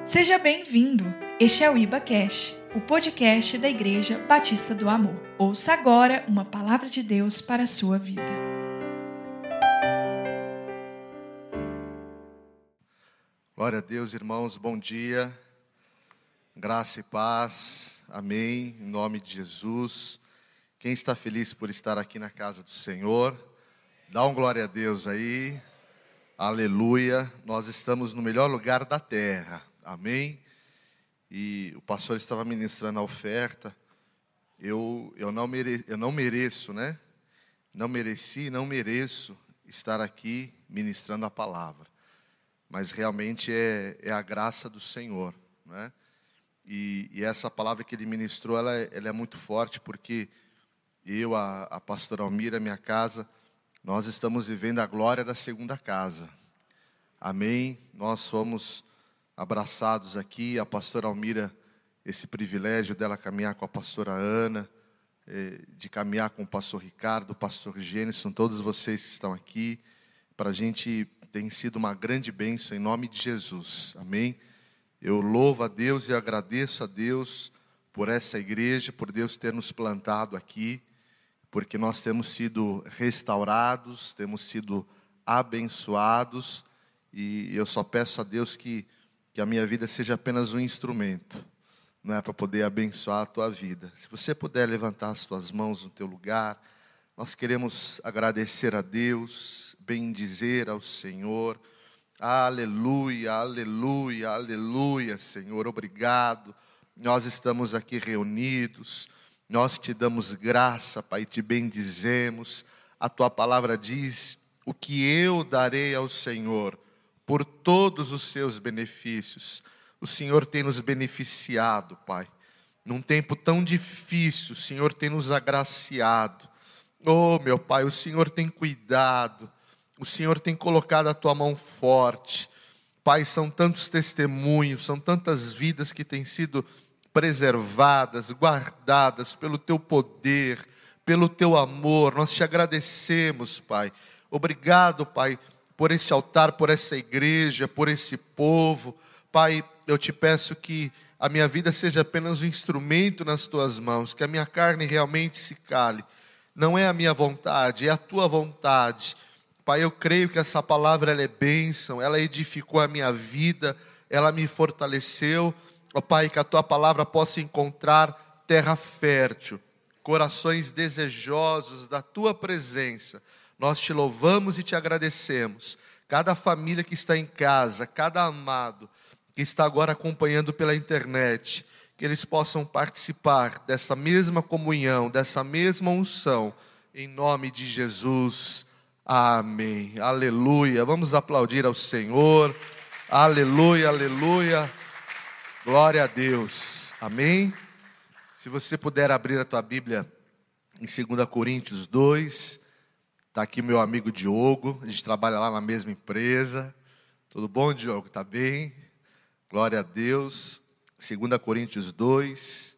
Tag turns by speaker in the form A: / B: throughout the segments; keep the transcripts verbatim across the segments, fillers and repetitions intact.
A: Seja bem-vindo! Este é o IbaCast, o podcast da Igreja Batista do Amor. Ouça agora uma palavra de Deus para a sua vida.
B: Glória a Deus, irmãos, bom dia, graça e paz, amém, em nome de Jesus. Quem está feliz por estar aqui na casa do Senhor, dá um glória a Deus aí, aleluia. Nós estamos no melhor lugar da terra, amém. E o pastor estava ministrando a oferta, eu, eu, não, mere, eu não mereço, né? Não mereci, não mereço estar aqui ministrando a palavra. Mas realmente é, é a graça do Senhor, né? E, e essa palavra que ele ministrou, ela, ela é muito forte, porque eu, a, a pastora Almira, minha casa, nós estamos vivendo a glória da segunda casa. Amém? Nós somos abraçados aqui, a pastora Almira, esse privilégio dela caminhar com a pastora Ana, de caminhar com o pastor Ricardo, o pastor Gênison, todos vocês que estão aqui, para a gente tem sido uma grande bênção em nome de Jesus, amém? Eu louvo a Deus e agradeço a Deus por essa igreja, por Deus ter nos plantado aqui, porque nós temos sido restaurados, temos sido abençoados, e eu só peço a Deus que, que a minha vida seja apenas um instrumento, não é, para poder abençoar a tua vida. Se você puder levantar as tuas mãos no teu lugar, nós queremos agradecer a Deus, bendizer ao Senhor. Aleluia, aleluia, aleluia, Senhor, obrigado. Nós estamos aqui reunidos, nós te damos graça, Pai, te bendizemos. A tua palavra diz: o que eu darei ao Senhor por todos os seus benefícios. O Senhor tem nos beneficiado, Pai. Num tempo tão difícil, o Senhor tem nos agraciado. Oh, meu Pai, o Senhor tem cuidado, o Senhor tem colocado a tua mão forte. Pai, são tantos testemunhos, são tantas vidas que têm sido preservadas, guardadas pelo teu poder, pelo teu amor. Nós te agradecemos, Pai. Obrigado, Pai, por este altar, por essa igreja, por esse povo. Pai, eu te peço que a minha vida seja apenas um instrumento nas tuas mãos, que a minha carne realmente se cale. Não é a minha vontade, é a tua vontade. Pai, eu creio que essa palavra ela é bênção, ela edificou a minha vida, ela me fortaleceu. Ó Pai, que a tua palavra possa encontrar terra fértil, corações desejosos da tua presença. Nós te louvamos e te agradecemos. Cada família que está em casa, cada amado que está agora acompanhando pela internet, que eles possam participar dessa mesma comunhão, dessa mesma unção, em nome de Jesus. Amém. Aleluia. Vamos aplaudir ao Senhor. Aleluia, aleluia. Glória a Deus. Amém. Se você puder abrir a tua Bíblia em dois Coríntios dois, está aqui meu amigo Diogo, a gente trabalha lá na mesma empresa. Tudo bom, Diogo? Está bem? Glória a Deus. dois Coríntios dois.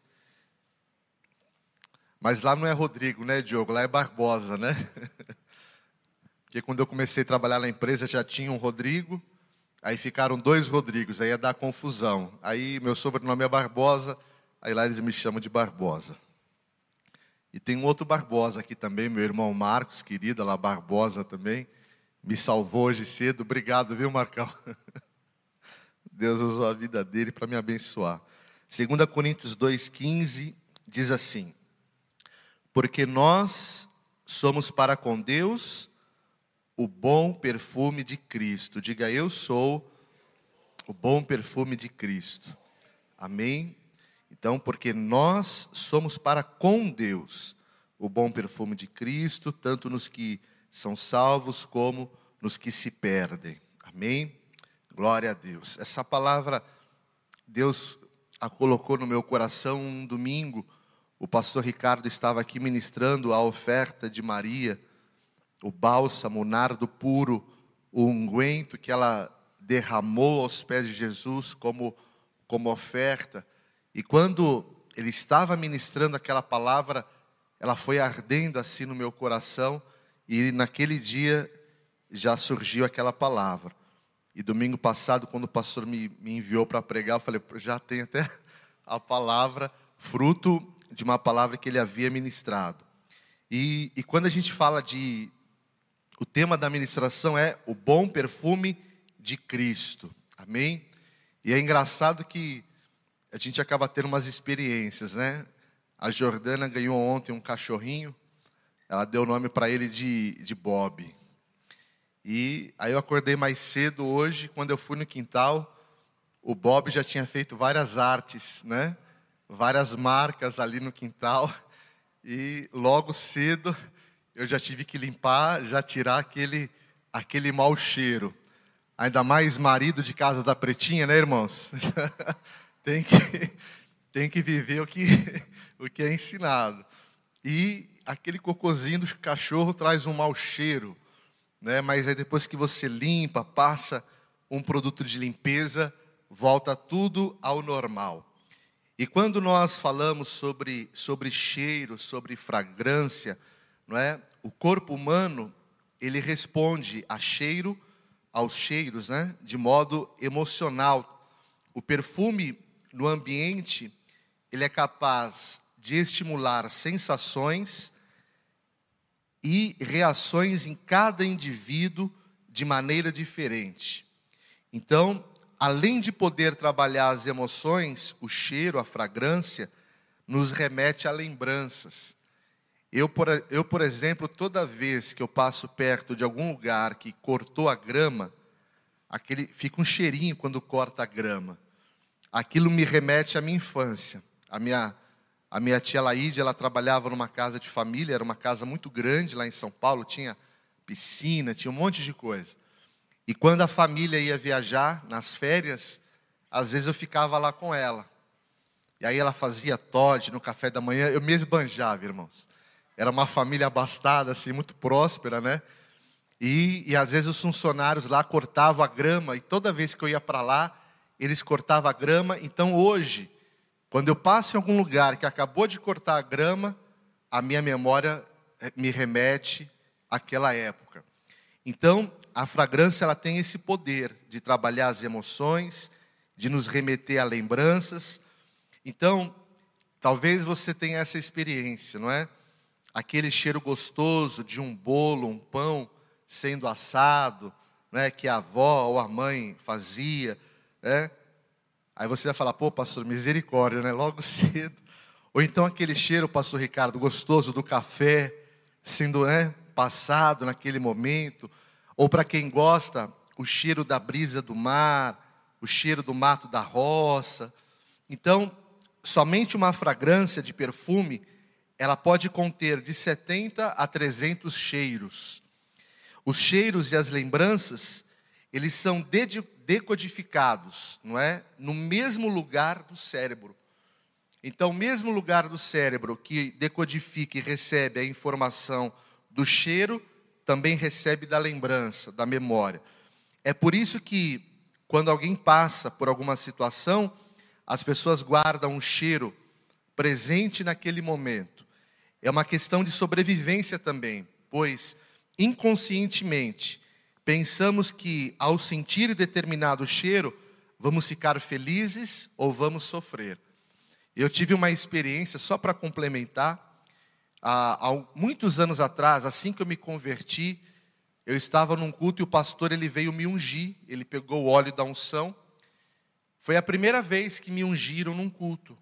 B: Mas lá não é Rodrigo, né, Diogo? Lá é Barbosa, né? Porque quando eu comecei a trabalhar na empresa já tinha um Rodrigo, aí ficaram dois Rodrigos, aí ia dar confusão. Aí meu sobrenome é Barbosa, aí lá eles me chamam de Barbosa. E tem um outro Barbosa aqui também, meu irmão Marcos, querido, lá Barbosa também, me salvou hoje cedo. Obrigado, viu, Marcão? Deus usou a vida dele para me abençoar. dois Coríntios dois, quinze, diz assim: porque nós somos para com Deus o bom perfume de Cristo. Diga, eu sou o bom perfume de Cristo. Amém? Então, porque nós somos para com Deus o bom perfume de Cristo, tanto nos que são salvos como nos que se perdem. Amém? Glória a Deus. Essa palavra, Deus a colocou no meu coração um domingo. O pastor Ricardo estava aqui ministrando a oferta de Maria, o bálsamo, o nardo puro, o unguento que ela derramou aos pés de Jesus como, como oferta. E quando ele estava ministrando aquela palavra, ela foi ardendo assim no meu coração, e naquele dia já surgiu aquela palavra. E domingo passado, quando o pastor me, me enviou para pregar, eu falei, já tem até a palavra, fruto de uma palavra que ele havia ministrado. E, e quando a gente fala de... O tema da ministração é o bom perfume de Cristo. Amém? E é engraçado que a gente acaba tendo umas experiências, né? A Jordana ganhou ontem um cachorrinho. Ela deu o nome para ele de, de Bob. E aí eu acordei mais cedo hoje, quando eu fui no quintal, o Bob já tinha feito várias artes, né? Várias marcas ali no quintal. E logo cedo eu já tive que limpar, já tirar aquele, aquele mau cheiro. Ainda mais marido de casa da Pretinha, né, irmãos? tem, que, tem que viver o que, o que é ensinado. E aquele cocôzinho do cachorro traz um mau cheiro, né? Mas aí depois que você limpa, passa um produto de limpeza, volta tudo ao normal. E quando nós falamos sobre, sobre cheiro, sobre fragrância, não é? O corpo humano, ele responde a cheiro, aos cheiros, né? De modo emocional. O perfume no ambiente, ele é capaz de estimular sensações e reações em cada indivíduo de maneira diferente. Então, além de poder trabalhar as emoções, o cheiro, a fragrância, nos remete a lembranças. Eu por, eu, por exemplo, toda vez que eu passo perto de algum lugar que cortou a grama, aquele, fica um cheirinho quando corta a grama. Aquilo me remete à minha infância. A minha, a minha tia Laíde, ela trabalhava numa casa de família, era uma casa muito grande lá em São Paulo, tinha piscina, tinha um monte de coisa. E quando a família ia viajar, nas férias, às vezes eu ficava lá com ela. E aí ela fazia Toddy no café da manhã, eu me esbanjava, irmãos. Era uma família abastada, assim, muito próspera, né? E, e às vezes os funcionários lá cortavam a grama, e toda vez que eu ia para lá, eles cortavam a grama. Então hoje, quando eu passo em algum lugar que acabou de cortar a grama, a minha memória me remete àquela época. Então, a fragrância, ela tem esse poder de trabalhar as emoções, de nos remeter a lembranças. Então, talvez você tenha essa experiência, não é? Aquele cheiro gostoso de um bolo, um pão sendo assado, né, que a avó ou a mãe fazia, né? Aí você vai falar, pô, pastor, misericórdia, né? Logo cedo. Ou então aquele cheiro, pastor Ricardo, gostoso do café sendo, né, passado naquele momento. Ou para quem gosta, o cheiro da brisa do mar, o cheiro do mato da roça. Então, somente uma fragrância de perfume, ela pode conter de setenta a trezentos cheiros. Os cheiros e as lembranças, eles são decodificados, não é? No mesmo lugar do cérebro. Então, o mesmo lugar do cérebro que decodifica e recebe a informação do cheiro, também recebe da lembrança, da memória. É por isso que, quando alguém passa por alguma situação, as pessoas guardam um cheiro presente naquele momento. É uma questão de sobrevivência também, pois, inconscientemente, pensamos que, ao sentir determinado cheiro, vamos ficar felizes ou vamos sofrer. Eu tive uma experiência, só para complementar, há, há muitos anos atrás, assim que eu me converti, eu estava num culto e o pastor ele veio me ungir, ele pegou o óleo da unção. Foi a primeira vez que me ungiram num culto.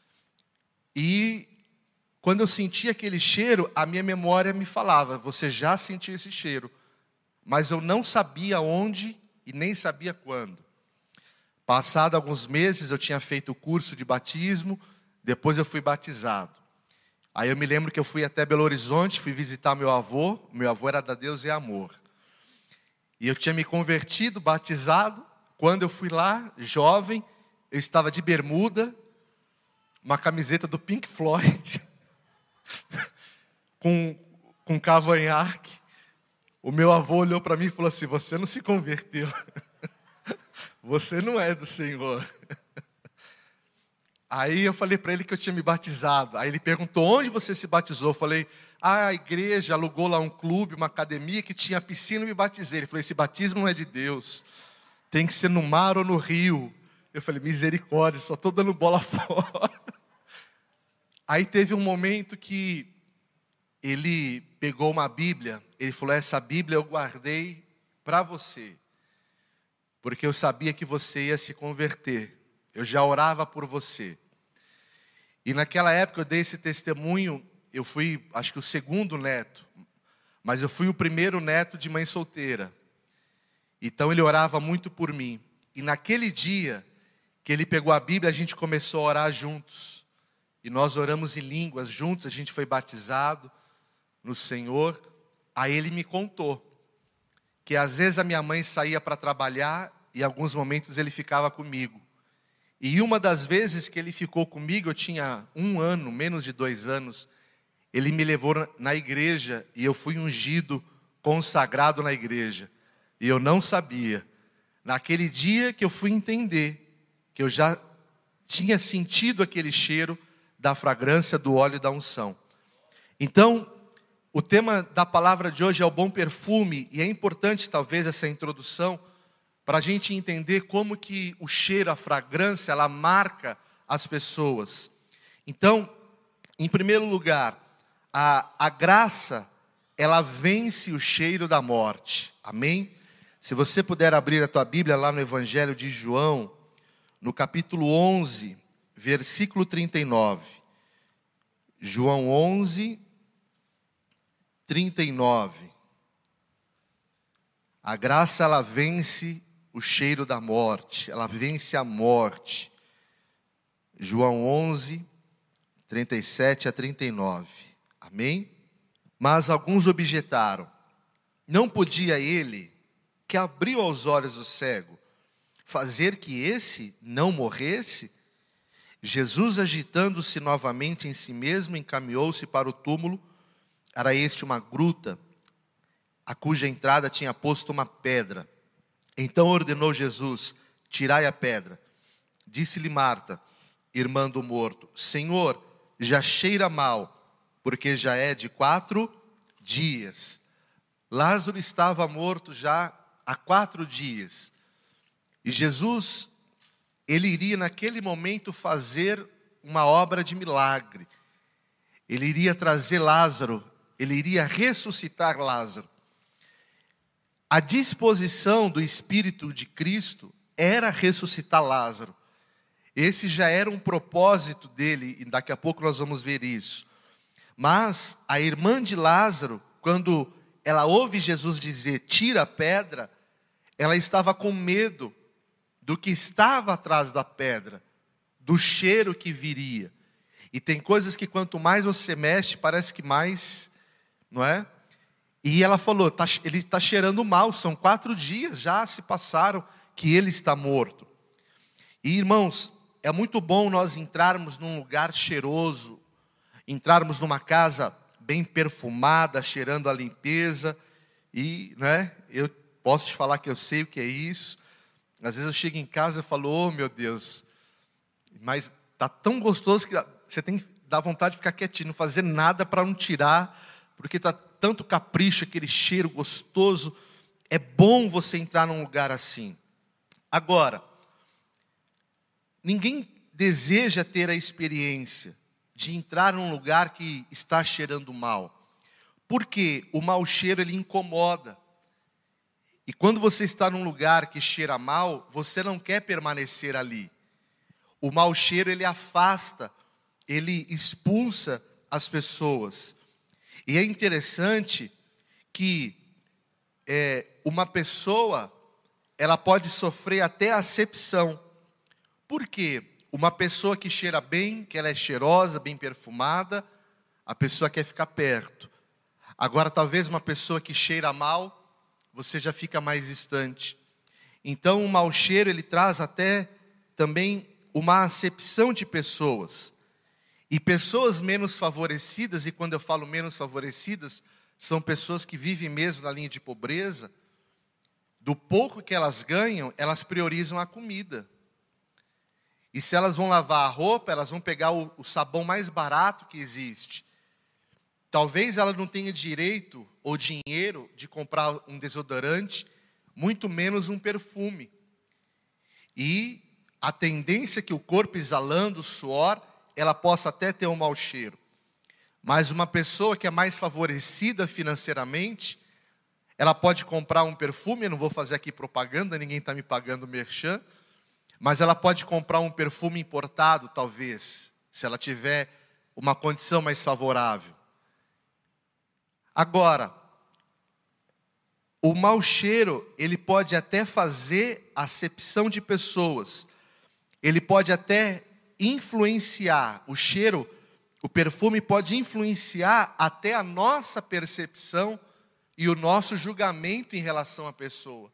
B: E quando eu senti aquele cheiro, a minha memória me falava, você já sentiu esse cheiro, mas eu não sabia onde e nem sabia quando. Passado alguns meses, eu tinha feito o curso de batismo, depois eu fui batizado. Aí eu me lembro que eu fui até Belo Horizonte, fui visitar meu avô, meu avô era da Deus e Amor. E eu tinha me convertido, batizado, quando eu fui lá, jovem, eu estava de bermuda, uma camiseta do Pink Floyd, com, com cavanhaque. O meu avô olhou para mim e falou assim, você não se converteu, você não é do Senhor. Aí eu falei para ele que eu tinha me batizado. Aí ele perguntou, onde você se batizou? Eu falei, ah, a igreja alugou lá um clube, uma academia que tinha piscina e me batizei. Ele falou, esse batismo não é de Deus. Tem que ser no mar ou no rio. Eu falei, misericórdia, só estou dando bola fora. Aí teve um momento que ele pegou uma Bíblia, ele falou, essa Bíblia eu guardei para você, porque eu sabia que você ia se converter, eu já orava por você. E naquela época eu dei esse testemunho, eu fui, acho que o segundo neto, mas eu fui o primeiro neto de mãe solteira. Então ele orava muito por mim. E naquele dia que ele pegou a Bíblia, a gente começou a orar juntos. E nós oramos em línguas juntos, a gente foi batizado no Senhor. Aí ele me contou que às vezes a minha mãe saía para trabalhar e em alguns momentos ele ficava comigo. E uma das vezes que ele ficou comigo, eu tinha um ano, menos de dois anos, ele me levou na igreja e eu fui ungido, consagrado na igreja. E eu não sabia. Naquele dia que eu fui entender, que eu já tinha sentido aquele cheiro da fragrância do óleo da unção. Então, o tema da palavra de hoje é o bom perfume, e é importante talvez essa introdução, para a gente entender como que o cheiro, a fragrância, ela marca as pessoas. Então, em primeiro lugar, a, a graça, ela vence o cheiro da morte. Amém? Se você puder abrir a tua Bíblia lá no Evangelho de João, no capítulo onze, versículo trinta e nove. João onze, trinta e nove. A graça, ela vence o cheiro da morte, ela vence a morte. João onze, trinta e sete a trinta e nove. Amém? Mas alguns objetaram, não podia ele, que abriu aos olhos do cego, fazer que esse não morresse? Jesus, agitando-se novamente em si mesmo, encaminhou-se para o túmulo. Era este uma gruta, a cuja entrada tinha posto uma pedra. Então ordenou Jesus, tirai a pedra. Disse-lhe Marta, irmã do morto, Senhor, já cheira mal, porque já é de quatro dias. Lázaro estava morto já há quatro dias. E Jesus, ele iria naquele momento fazer uma obra de milagre. Ele iria trazer Lázaro, ele iria ressuscitar Lázaro. A disposição do Espírito de Cristo era ressuscitar Lázaro. Esse já era um propósito dele, e daqui a pouco nós vamos ver isso. Mas a irmã de Lázaro, quando ela ouve Jesus dizer, tira a pedra, ela estava com medo do que estava atrás da pedra, do cheiro que viria. E tem coisas que quanto mais você mexe, parece que mais, não é? E ela falou, tá, ele está cheirando mal, são quatro dias já se passaram que ele está morto. E irmãos, é muito bom nós entrarmos num lugar cheiroso, entrarmos numa casa bem perfumada, cheirando a limpeza, e né, eu posso te falar que eu sei o que é isso. Às vezes eu chego em casa e falo, oh meu Deus, mas está tão gostoso que você tem que dar vontade de ficar quietinho, não fazer nada para não tirar, porque está tanto capricho, aquele cheiro gostoso. É bom você entrar num lugar assim. Agora, ninguém deseja ter a experiência de entrar num lugar que está cheirando mal, porque o mau cheiro ele incomoda. E quando você está num lugar que cheira mal, você não quer permanecer ali. O mau cheiro ele afasta, ele expulsa as pessoas. E é interessante que é, uma pessoa, ela pode sofrer até acepção. Por quê? Uma pessoa que cheira bem, que ela é cheirosa, bem perfumada, a pessoa quer ficar perto. Agora, talvez uma pessoa que cheira mal, você já fica mais distante. Então, o mau cheiro, ele traz até também uma acepção de pessoas. E pessoas menos favorecidas, e quando eu falo menos favorecidas, são pessoas que vivem mesmo na linha de pobreza. Do pouco que elas ganham, elas priorizam a comida. E se elas vão lavar a roupa, elas vão pegar o, o sabão mais barato que existe. Talvez ela não tenha direito ou dinheiro de comprar um desodorante, muito menos um perfume. E a tendência é que o corpo exalando o suor, ela possa até ter um mau cheiro. Mas uma pessoa que é mais favorecida financeiramente, ela pode comprar um perfume, eu não vou fazer aqui propaganda, ninguém está me pagando merchan, mas ela pode comprar um perfume importado, talvez, se ela tiver uma condição mais favorável. Agora, o mau cheiro, ele pode até fazer acepção de pessoas. Ele pode até influenciar, o cheiro, o perfume pode influenciar até a nossa percepção e o nosso julgamento em relação à pessoa.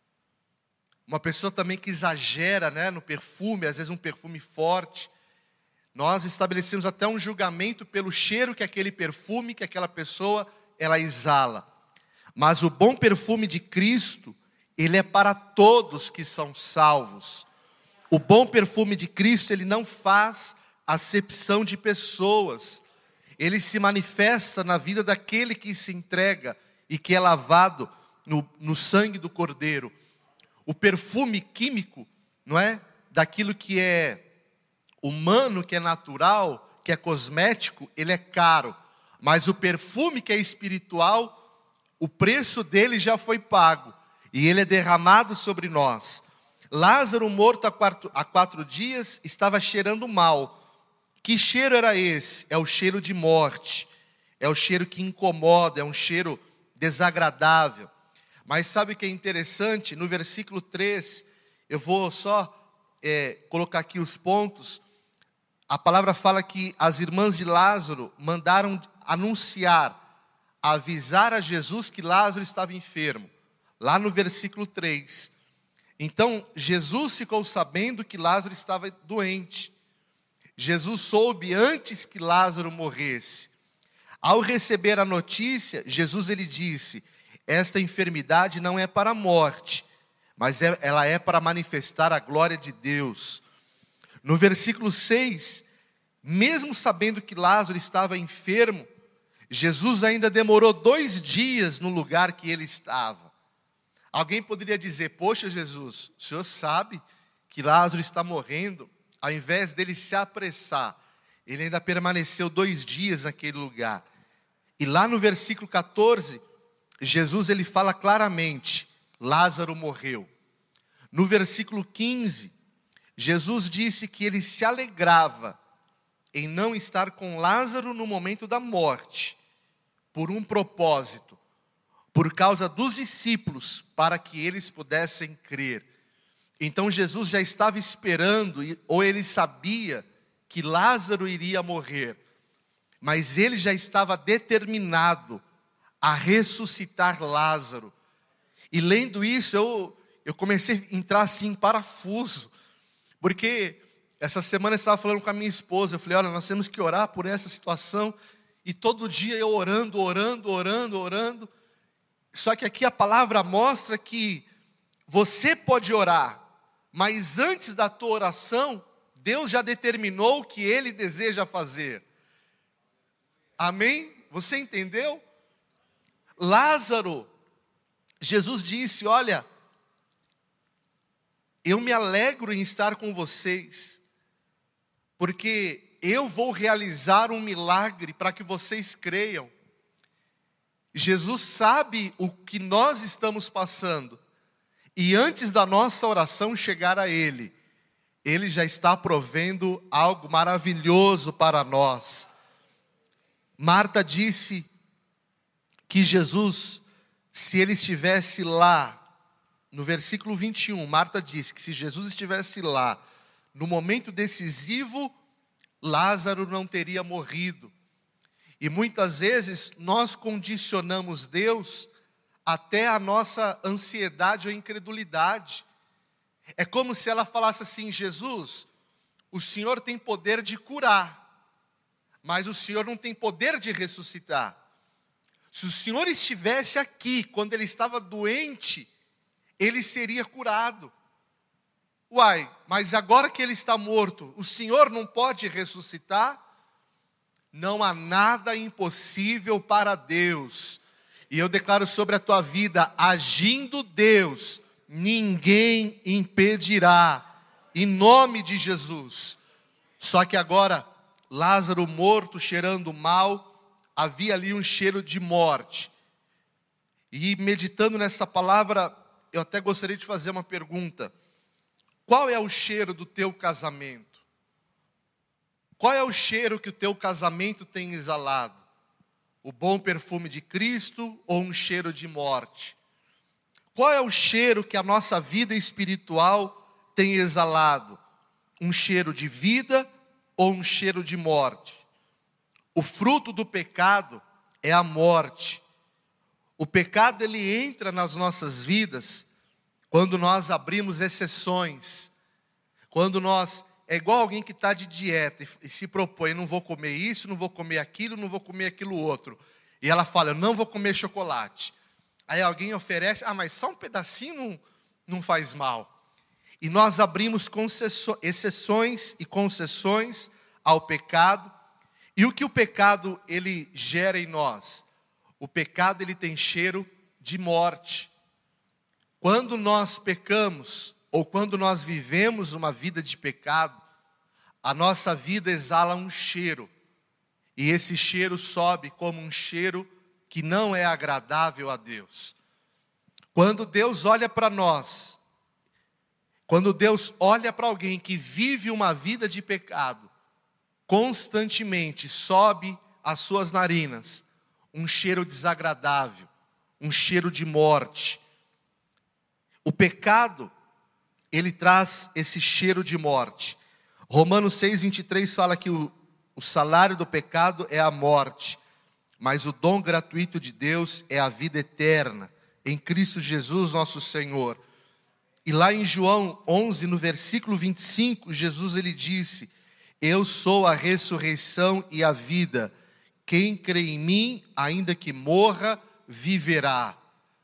B: Uma pessoa também que exagera, né, no perfume, às vezes um perfume forte. Nós estabelecemos até um julgamento pelo cheiro que aquele perfume, que aquela pessoa, ela exala. Mas o bom perfume de Cristo, ele é para todos que são salvos. O bom perfume de Cristo, ele não faz acepção de pessoas. Ele se manifesta na vida daquele que se entrega e que é lavado no, no sangue do Cordeiro. O perfume químico, não é? Daquilo que é humano, que é natural, que é cosmético, ele é caro. Mas o perfume que é espiritual, o preço dele já foi pago. E ele é derramado sobre nós. Lázaro, morto há quatro, há quatro dias, estava cheirando mal. Que cheiro era esse? É o cheiro de morte. É o cheiro que incomoda, é um cheiro desagradável. Mas sabe o que é interessante? No versículo três, eu vou só é, colocar aqui os pontos. A palavra fala que as irmãs de Lázaro mandaram anunciar, avisar a Jesus que Lázaro estava enfermo. Lá no versículo três. Então, Jesus ficou sabendo que Lázaro estava doente. Jesus soube antes que Lázaro morresse. Ao receber a notícia, Jesus ele disse: esta enfermidade não é para a morte, mas é, ela é para manifestar a glória de Deus. No versículo seis, mesmo sabendo que Lázaro estava enfermo, Jesus ainda demorou dois dias no lugar que ele estava. Alguém poderia dizer: poxa Jesus, o senhor sabe que Lázaro está morrendo? Ao invés dele se apressar, ele ainda permaneceu dois dias naquele lugar. E lá no versículo quatorze, Jesus ele fala claramente: Lázaro morreu. No versículo quinze, Jesus disse que ele se alegrava em não estar com Lázaro no momento da morte, por um propósito, por causa dos discípulos, para que eles pudessem crer. Então Jesus já estava esperando, ou ele sabia que Lázaro iria morrer, mas ele já estava determinado a ressuscitar Lázaro. E lendo isso, eu, eu comecei a entrar assim em parafuso, porque essa semana eu estava falando com a minha esposa, eu falei: olha, nós temos que orar por essa situação, e todo dia eu orando, orando, orando, orando. Só que aqui a palavra mostra que você pode orar, mas antes da tua oração, Deus já determinou o que Ele deseja fazer. Amém? Você entendeu? Lázaro, Jesus disse: olha, eu me alegro em estar com vocês, porque eu vou realizar um milagre para que vocês creiam. Jesus sabe o que nós estamos passando, e antes da nossa oração chegar a Ele, Ele já está provendo algo maravilhoso para nós. Marta disse que Jesus, se Ele estivesse lá, no versículo vinte e um, Marta disse que se Jesus estivesse lá, no momento decisivo, Lázaro não teria morrido. E muitas vezes nós condicionamos Deus até a nossa ansiedade ou incredulidade. É como se ela falasse assim: Jesus, o Senhor tem poder de curar, mas o Senhor não tem poder de ressuscitar. Se o Senhor estivesse aqui quando ele estava doente, ele seria curado. Uai, mas agora que ele está morto, o Senhor não pode ressuscitar? Não há nada impossível para Deus. E eu declaro sobre a tua vida: agindo Deus, ninguém impedirá. em nome de Jesus. Só que agora, Lázaro morto, cheirando mal, havia ali um cheiro de morte. E meditando nessa palavra, eu até gostaria de fazer uma pergunta. Qual é o cheiro do teu casamento? Qual é o cheiro que o teu casamento tem exalado? O bom perfume de Cristo ou um cheiro de morte? Qual é o cheiro que a nossa vida espiritual tem exalado? Um cheiro de vida ou um cheiro de morte? O fruto do pecado é a morte. O pecado, ele entra nas nossas vidas quando nós abrimos exceções. Quando nós, é igual alguém que está de dieta e se propõe, não vou comer isso, não vou comer aquilo, não vou comer aquilo outro. E ela fala, eu não vou comer chocolate. Aí alguém oferece, ah, mas só um pedacinho não, não faz mal. E nós abrimos concessões, exceções e concessões ao pecado. E o que o pecado, ele gera em nós? O pecado, ele tem cheiro de morte. Quando nós pecamos, ou quando nós vivemos uma vida de pecado, a nossa vida exala um cheiro. E esse cheiro sobe como um cheiro que não é agradável a Deus. Quando Deus olha para nós, quando Deus olha para alguém que vive uma vida de pecado, constantemente sobe às suas narinas um cheiro desagradável, um cheiro de morte. O pecado, ele traz esse cheiro de morte. Romanos seis, vinte e três fala que o, o salário do pecado é a morte, mas o dom gratuito de Deus é a vida eterna, em Cristo Jesus nosso Senhor. E lá em João onze, no versículo vinte e cinco, Jesus ele disse, eu sou a ressurreição e a vida, quem crê em mim, ainda que morra, viverá.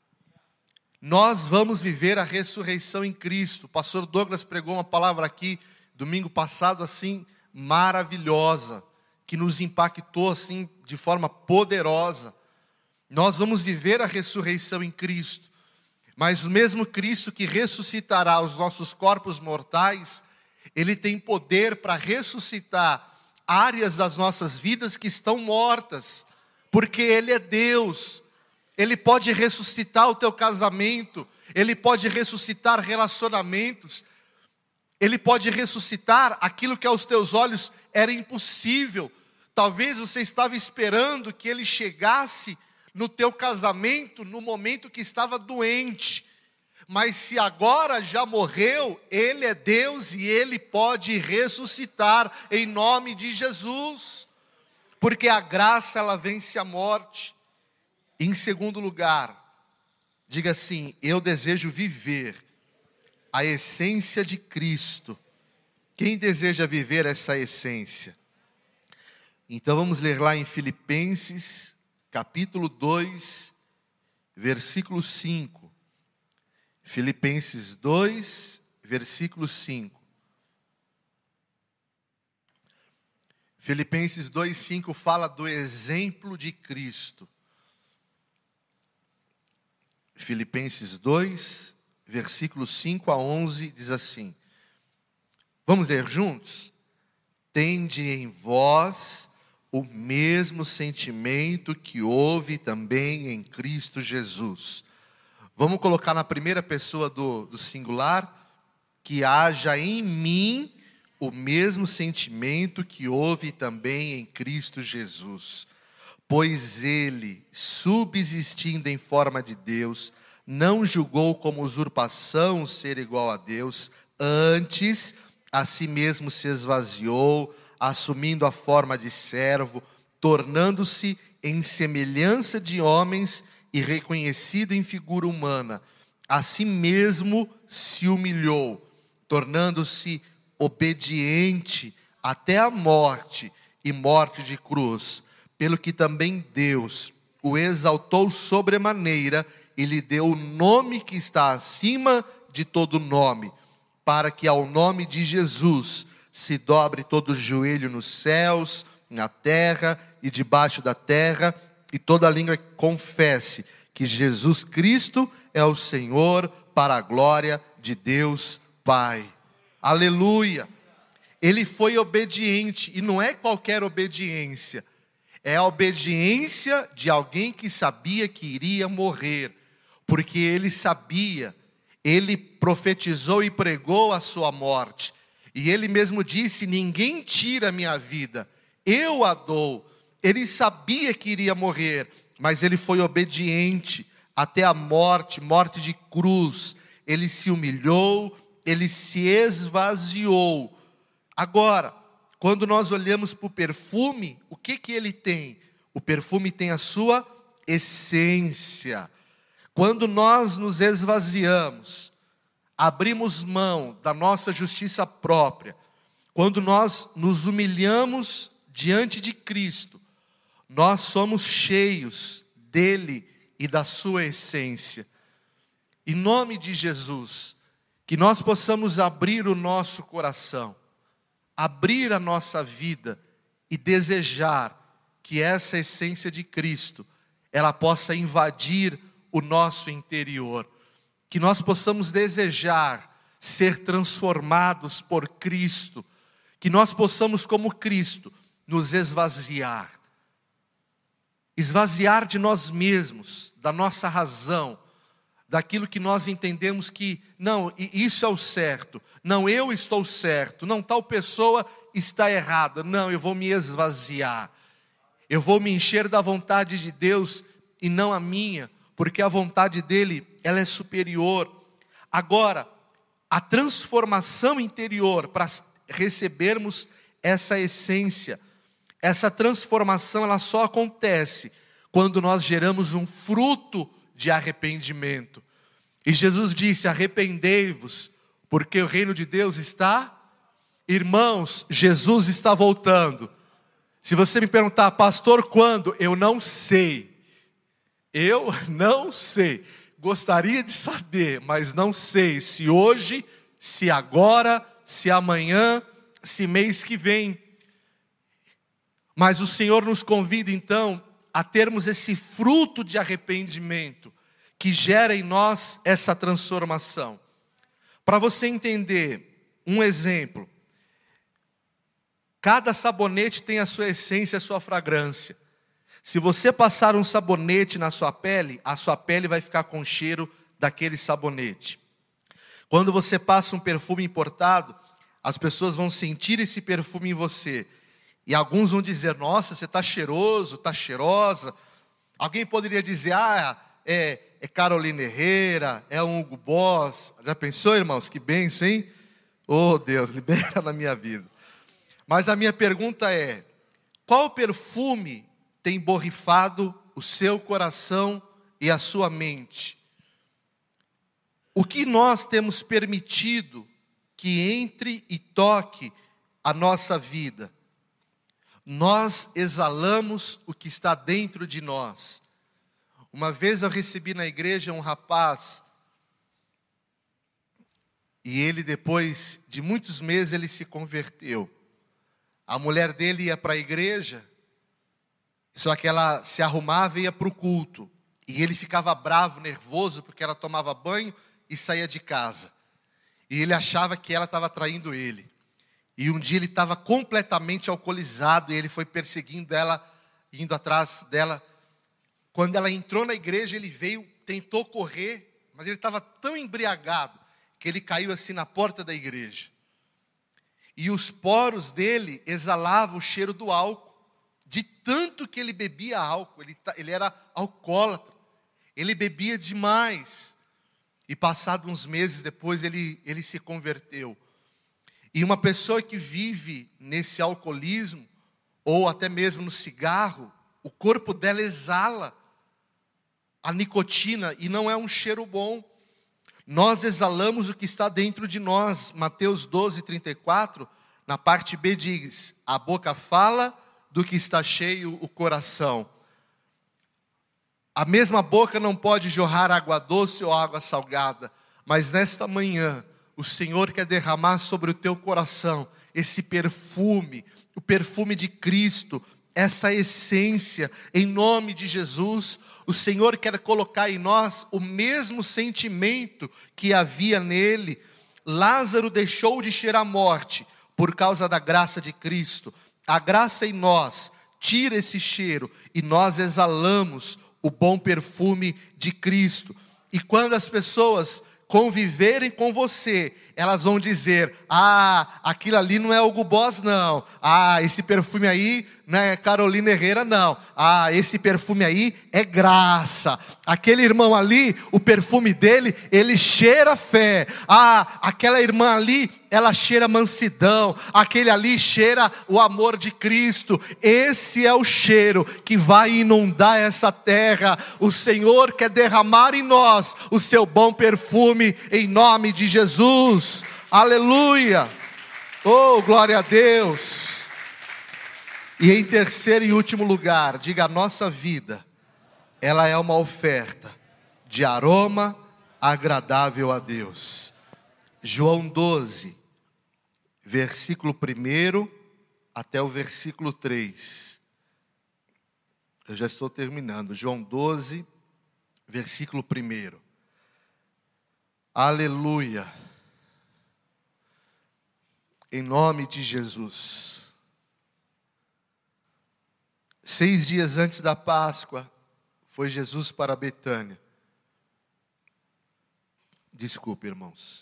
B: Nós vamos viver a ressurreição em Cristo. O pastor Douglas pregou uma palavra aqui, domingo passado, assim, maravilhosa, que nos impactou, assim, de forma poderosa. Nós vamos viver a ressurreição em Cristo. Mas o mesmo Cristo que ressuscitará os nossos corpos mortais, Ele tem poder para ressuscitar áreas das nossas vidas que estão mortas, porque Ele é Deus. Ele pode ressuscitar o teu casamento, Ele pode ressuscitar relacionamentos, Ele pode ressuscitar aquilo que aos teus olhos era impossível. Talvez você estava esperando que Ele chegasse no teu casamento no momento que estava doente, mas se agora já morreu, Ele é Deus e Ele pode ressuscitar em nome de Jesus, porque a graça ela vence a morte. Em segundo lugar, diga assim, eu desejo viver a essência de Cristo. Quem deseja viver essa essência? Então vamos ler lá em Filipenses, capítulo dois, versículo cinco. Filipenses dois, versículo cinco. Filipenses dois, cinco fala do exemplo de Cristo. Filipenses dois, versículos cinco a onze, diz assim. Vamos ler juntos? Tende em vós o mesmo sentimento que houve também em Cristo Jesus. Vamos colocar na primeira pessoa do, do singular, que haja em mim o mesmo sentimento que houve também em Cristo Jesus. Pois Ele, subsistindo em forma de Deus, não julgou como usurpação ser igual a Deus, antes a si mesmo se esvaziou, assumindo a forma de servo, tornando-se em semelhança de homens e reconhecido em figura humana, a si mesmo se humilhou, tornando-se obediente até a morte e morte de cruz, pelo que também Deus o exaltou sobremaneira e lhe deu o nome que está acima de todo nome, para que ao nome de Jesus se dobre todo joelho nos céus, na terra e debaixo da terra, e toda língua confesse que Jesus Cristo é o Senhor, para a glória de Deus Pai. Aleluia. Ele foi obediente, e não é qualquer obediência. É a obediência de alguém que sabia que iria morrer. Porque ele sabia, ele profetizou e pregou a sua morte. E ele mesmo disse, ninguém tira a minha vida, eu a dou. Ele sabia que iria morrer, mas ele foi obediente até a morte, morte de cruz. Ele se humilhou, ele se esvaziou. Agora, quando nós olhamos para o perfume, o que que ele tem? O perfume tem a sua essência. Quando nós nos esvaziamos, abrimos mão da nossa justiça própria, quando nós nos humilhamos diante de Cristo, nós somos cheios dele e da sua essência. Em nome de Jesus, que nós possamos abrir o nosso coração, abrir a nossa vida e desejar que essa essência de Cristo, ela possa invadir o nosso interior. Que nós possamos desejar ser transformados por Cristo. Que nós possamos, como Cristo, nos esvaziar. Esvaziar de nós mesmos, da nossa razão, daquilo que nós entendemos que, não, isso é o certo, não, eu estou certo, não, tal pessoa está errada, não, eu vou me esvaziar, eu vou me encher da vontade de Deus e não a minha, porque a vontade dele, ela é superior. Agora, a transformação interior, para recebermos essa essência, essa transformação, ela só acontece quando nós geramos um fruto de arrependimento. E Jesus disse, arrependei-vos, porque o reino de Deus está... Irmãos, Jesus está voltando. Se você me perguntar, pastor, quando? Eu não sei. Eu não sei. Gostaria de saber, mas não sei se hoje, se agora, se amanhã, se mês que vem. Mas o Senhor nos convida então a termos esse fruto de arrependimento que gera em nós essa transformação. Para você entender, um exemplo. Cada sabonete tem a sua essência, a sua fragrância. Se você passar um sabonete na sua pele, a sua pele vai ficar com o cheiro daquele sabonete. Quando você passa um perfume importado, as pessoas vão sentir esse perfume em você. E alguns vão dizer, nossa, você está cheiroso, está cheirosa. Alguém poderia dizer, ah, é, é Carolina Herrera, é um Hugo Boss. Já pensou, irmãos? Que bênção, hein? Oh, Deus, libera na minha vida. Mas a minha pergunta é, qual perfume tem borrifado o seu coração e a sua mente? O que nós temos permitido que entre e toque a nossa vida? Nós exalamos o que está dentro de nós. Uma vez eu recebi na igreja um rapaz, e ele depois de muitos meses ele se converteu. A mulher dele ia para a igreja, só que ela se arrumava e ia para o culto. E ele ficava bravo, nervoso, porque ela tomava banho e saía de casa. E ele achava que ela estava traindo ele. E um dia ele estava completamente alcoolizado, e ele foi perseguindo ela, indo atrás dela. Quando ela entrou na igreja, ele veio, tentou correr, mas ele estava tão embriagado, que ele caiu assim na porta da igreja. E os poros dele exalavam o cheiro do álcool, de tanto que ele bebia álcool, ele, ele era alcoólatra, ele bebia demais. E passados uns meses depois ele, ele se converteu. E uma pessoa que vive nesse alcoolismo, ou até mesmo no cigarro, o corpo dela exala a nicotina e não é um cheiro bom. Nós exalamos o que está dentro de nós. Mateus doze, trinta e quatro, na parte B diz, a boca fala do que está cheio o coração. A mesma boca não pode jorrar água doce ou água salgada, mas nesta manhã, o Senhor quer derramar sobre o teu coração esse perfume, o perfume de Cristo, essa essência, em nome de Jesus. O Senhor quer colocar em nós o mesmo sentimento que havia nele. Lázaro deixou de cheirar a morte por causa da graça de Cristo. A graça em nós tira esse cheiro e nós exalamos o bom perfume de Cristo. E quando as pessoas conviverem com você, elas vão dizer: ah, aquilo ali não é Hugo Boss não, ah, esse perfume aí não é Carolina Herrera não, ah, esse perfume aí é graça, aquele irmão ali, o perfume dele, ele cheira fé, ah, aquela irmã ali, ela cheira mansidão, aquele ali cheira o amor de Cristo. Esse é o cheiro que vai inundar essa terra. O Senhor quer derramar em nós o seu bom perfume, em nome de Jesus. Aleluia! Oh, glória a Deus! E em terceiro e último lugar, diga: a nossa vida, ela é uma oferta de aroma agradável a Deus. João doze, versículo um até o versículo três. Eu já estou terminando. João doze, versículo um. Aleluia. Em nome de Jesus. Seis dias antes da Páscoa, foi Jesus para Betânia. Desculpe, irmãos.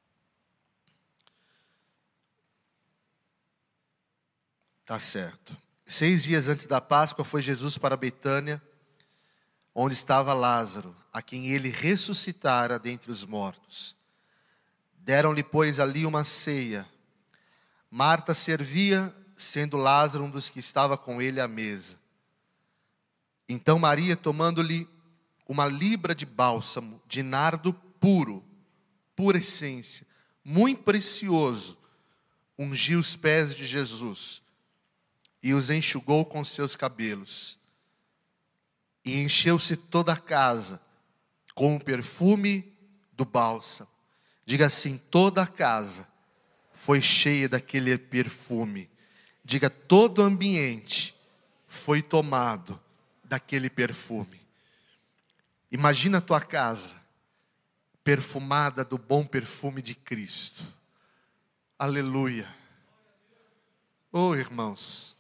B: Tá certo. Seis dias antes da Páscoa, foi Jesus para Betânia, onde estava Lázaro, a quem ele ressuscitara dentre os mortos. Deram-lhe, pois, ali uma ceia. Marta servia, sendo Lázaro um dos que estava com ele à mesa. Então Maria, tomando-lhe uma libra de bálsamo, de nardo puro, pura essência, muito precioso, ungiu os pés de Jesus e os enxugou com seus cabelos. E encheu-se toda a casa com o perfume do bálsamo. Diga assim: toda a casa foi cheia daquele perfume. Diga: todo o ambiente foi tomado daquele perfume. Imagina a tua casa perfumada do bom perfume de Cristo. Aleluia. Oh, irmãos,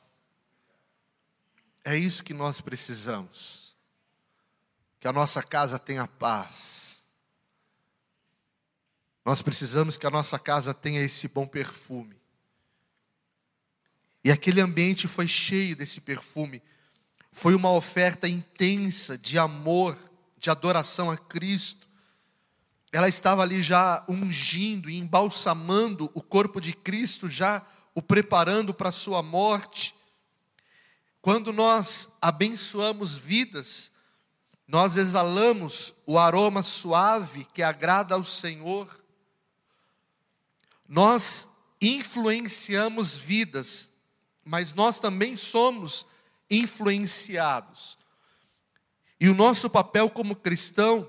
B: é isso que nós precisamos. Que a nossa casa tenha paz. Nós precisamos que a nossa casa tenha esse bom perfume. E aquele ambiente foi cheio desse perfume. Foi uma oferta intensa de amor, de adoração a Cristo. Ela estava ali já ungindo e embalsamando o corpo de Cristo, já o preparando para a sua morte. Quando nós abençoamos vidas, nós exalamos o aroma suave que agrada ao Senhor. Nós influenciamos vidas, mas nós também somos influenciados. E o nosso papel como cristão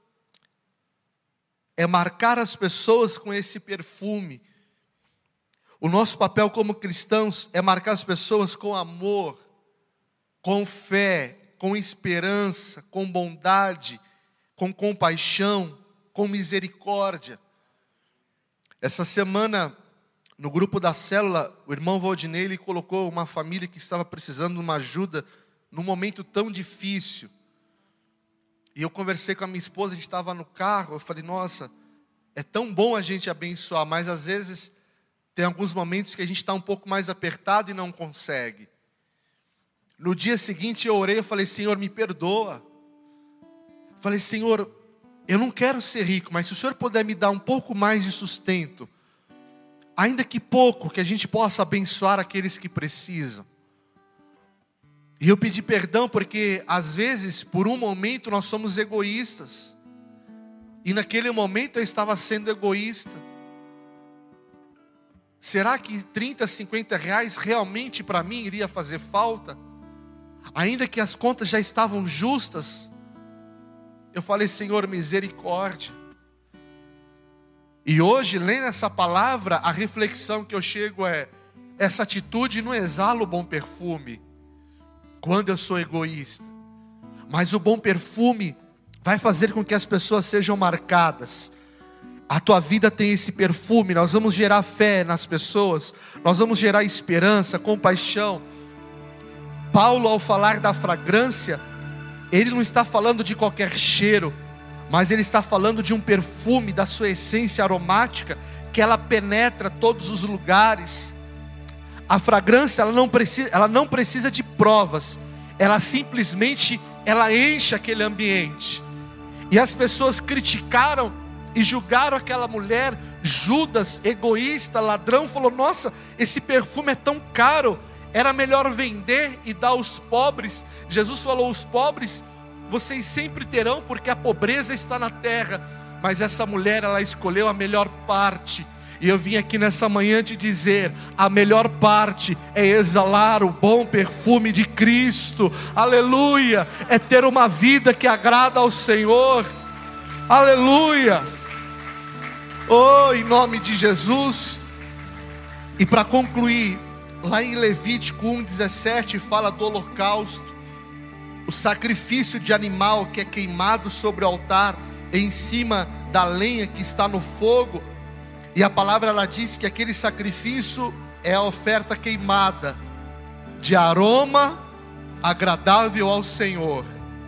B: é marcar as pessoas com esse perfume. O nosso papel como cristãos é marcar as pessoas com amor, com fé, com esperança, com bondade, com compaixão, com misericórdia. Essa semana, no grupo da célula, o irmão Valdinei, ele colocou uma família que estava precisando de uma ajuda num momento tão difícil. E eu conversei com a minha esposa, a gente estava no carro, eu falei: nossa, é tão bom a gente abençoar, mas às vezes tem alguns momentos que a gente está um pouco mais apertado e não consegue. No dia seguinte eu orei, eu falei: Senhor, me perdoa. Falei: Senhor, eu não quero ser rico, mas se o Senhor puder me dar um pouco mais de sustento, ainda que pouco, que a gente possa abençoar aqueles que precisam. E eu pedi perdão porque às vezes, por um momento, nós somos egoístas. E naquele momento eu estava sendo egoísta. Será que trinta, cinquenta reais realmente para mim iria fazer falta? Ainda que as contas já estavam justas, eu falei: Senhor, misericórdia. E hoje, lendo essa palavra, a reflexão que eu chego é: essa atitude não exala o bom perfume quando eu sou egoísta, mas o bom perfume vai fazer com que as pessoas sejam marcadas. a tua vida tem esse perfume. Nós vamos gerar fé nas pessoas, nós vamos gerar esperança, compaixão. Paulo, ao falar da fragrância, ele não está falando de qualquer cheiro, mas ele está falando de um perfume, da sua essência aromática, que ela penetra todos os lugares. A fragrância, ela não precisa, ela não precisa de provas, ela simplesmente, ela enche aquele ambiente. E as pessoas criticaram e julgaram aquela mulher. Judas, egoísta, ladrão, falou: nossa, esse perfume é tão caro, era melhor vender e dar aos pobres. Jesus falou: os pobres vocês sempre terão, porque a pobreza está na terra. Mas essa mulher, ela escolheu a melhor parte. E eu vim aqui nessa manhã te dizer: a melhor parte é exalar o bom perfume de Cristo. Aleluia! É ter uma vida que agrada ao Senhor. Aleluia! Oh, em nome de Jesus. E para concluir, lá em Levítico um, dezessete, fala do holocausto, o sacrifício de animal que é queimado sobre o altar, em cima da lenha que está no fogo. E a palavra, ela diz que aquele sacrifício é a oferta queimada, de aroma agradável ao Senhor.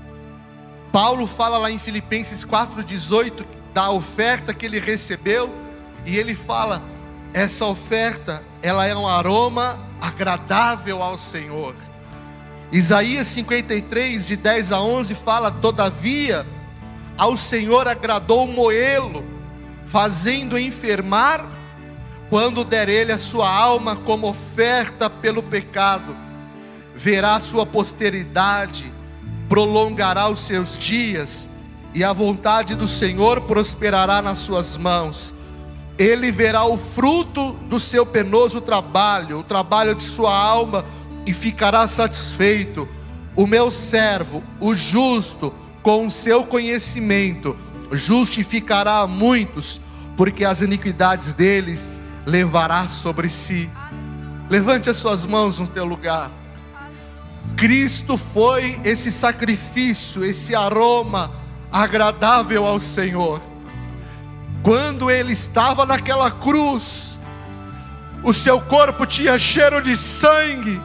B: Paulo fala lá em Filipenses quatro, dezoito, da oferta que ele recebeu, e ele fala: essa oferta, ela é um aroma agradável ao Senhor. Isaías cinquenta e três, de dez a onze, fala: todavia, ao Senhor agradou moê-lo, fazendo enfermar, quando der ele a sua alma como oferta pelo pecado. Verá a sua posteridade, prolongará os seus dias, e a vontade do Senhor prosperará nas suas mãos. Ele verá o fruto do seu penoso trabalho, o trabalho de sua alma, e ficará satisfeito. O meu servo, o justo, com o seu conhecimento, justificará a muitos, porque as iniquidades deles levará sobre si. Levante as suas mãos no teu lugar. Cristo foi esse sacrifício, esse aroma agradável ao Senhor. Quando ele estava naquela cruz, o seu corpo tinha cheiro de sangue.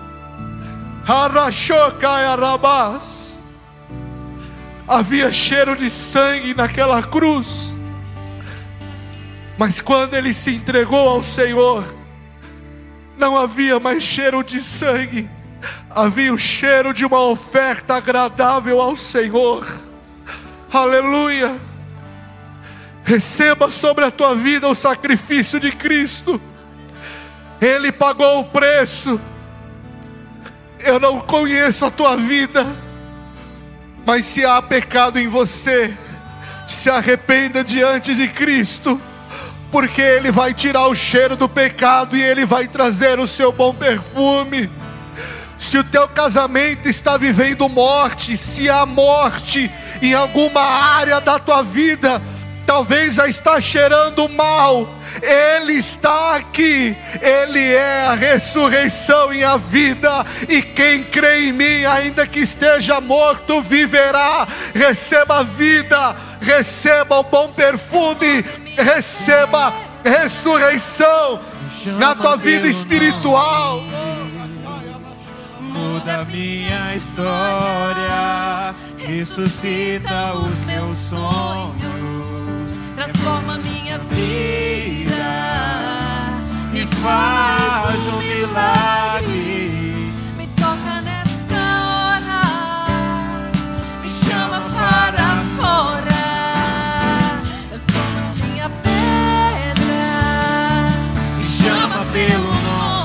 B: Havia cheiro de sangue naquela cruz. Mas quando ele se entregou ao Senhor, não havia mais cheiro de sangue, havia o cheiro de uma oferta agradável ao Senhor. Aleluia! Receba sobre a tua vida o sacrifício de Cristo. Ele pagou o preço. Eu não conheço a tua vida, mas se há pecado em você, se arrependa diante de Cristo, porque Ele vai tirar o cheiro do pecado e Ele vai trazer o seu bom perfume. Se o teu casamento está vivendo morte, se há morte em alguma área da tua vida, talvez já está cheirando mal, Ele está aqui. Ele é a ressurreição e a vida, e quem crê em mim, ainda que esteja morto, viverá. Receba a vida, receba o bom perfume, receba ressurreição na tua vida espiritual.
C: Muda minha história, ressuscita os meus sonhos, transforma minha vida, me faz um milagre, me toca nesta hora, me chama para fora, transforma minha pedra, me chama pelo nome.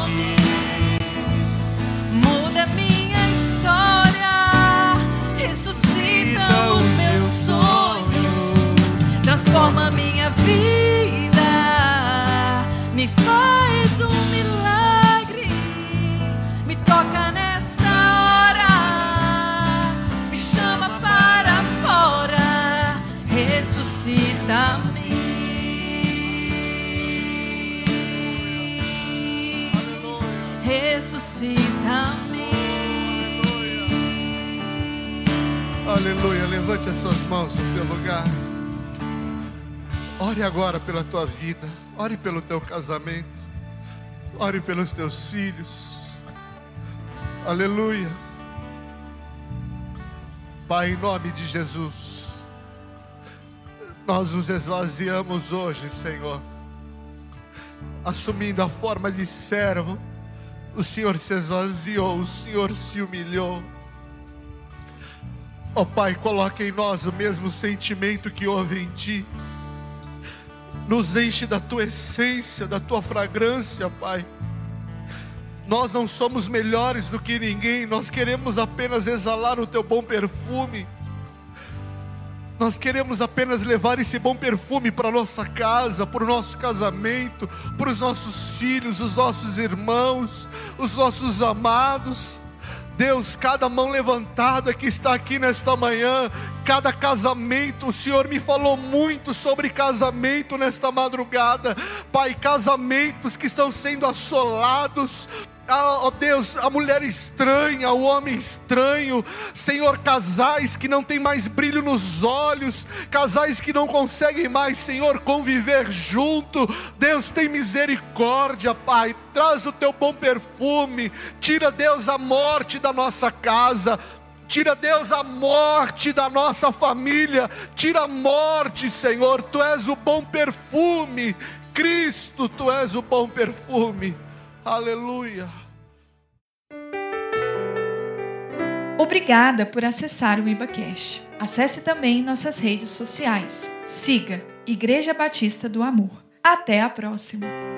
C: Muda minha história, ressuscita os meus sonhos, transforma minha vida, me faz um milagre, me toca nesta hora, me chama para fora, ressuscita-me. Ressuscita-me.
B: Aleluia, levante as suas mãos no teu lugar. Ore agora pela tua vida, ore pelo teu casamento, ore pelos teus filhos. Aleluia. Pai, em nome de Jesus, nós nos esvaziamos hoje, Senhor, assumindo a forma de servo. O Senhor se esvaziou, o Senhor se humilhou. Ó oh, Pai, coloca em nós o mesmo sentimento que houve em Ti. Nos enche da Tua essência, da Tua fragrância, Pai. Nós não somos melhores do que ninguém, nós queremos apenas exalar o Teu bom perfume. Nós queremos apenas levar esse bom perfume para a nossa casa, para o nosso casamento, para os nossos filhos, os nossos irmãos, os nossos amados. Deus, cada mão levantada que está aqui nesta manhã, cada casamento, o Senhor me falou muito sobre casamento nesta madrugada. Pai, casamentos que estão sendo assolados. Ó oh Deus, a mulher estranha, o homem estranho. Senhor, casais que não tem mais brilho nos olhos, casais que não conseguem mais, Senhor, conviver junto. Deus, tem misericórdia, Pai. Traz o teu bom perfume. Tira, Deus, a morte da nossa casa. Tira, Deus, a morte da nossa família. Tira a morte, Senhor. Tu és o bom perfume. Cristo, Tu és o bom perfume. Aleluia.
A: Obrigada por acessar o IbaCast. Acesse também nossas redes sociais. Siga Igreja Batista do Amor. Até a próxima.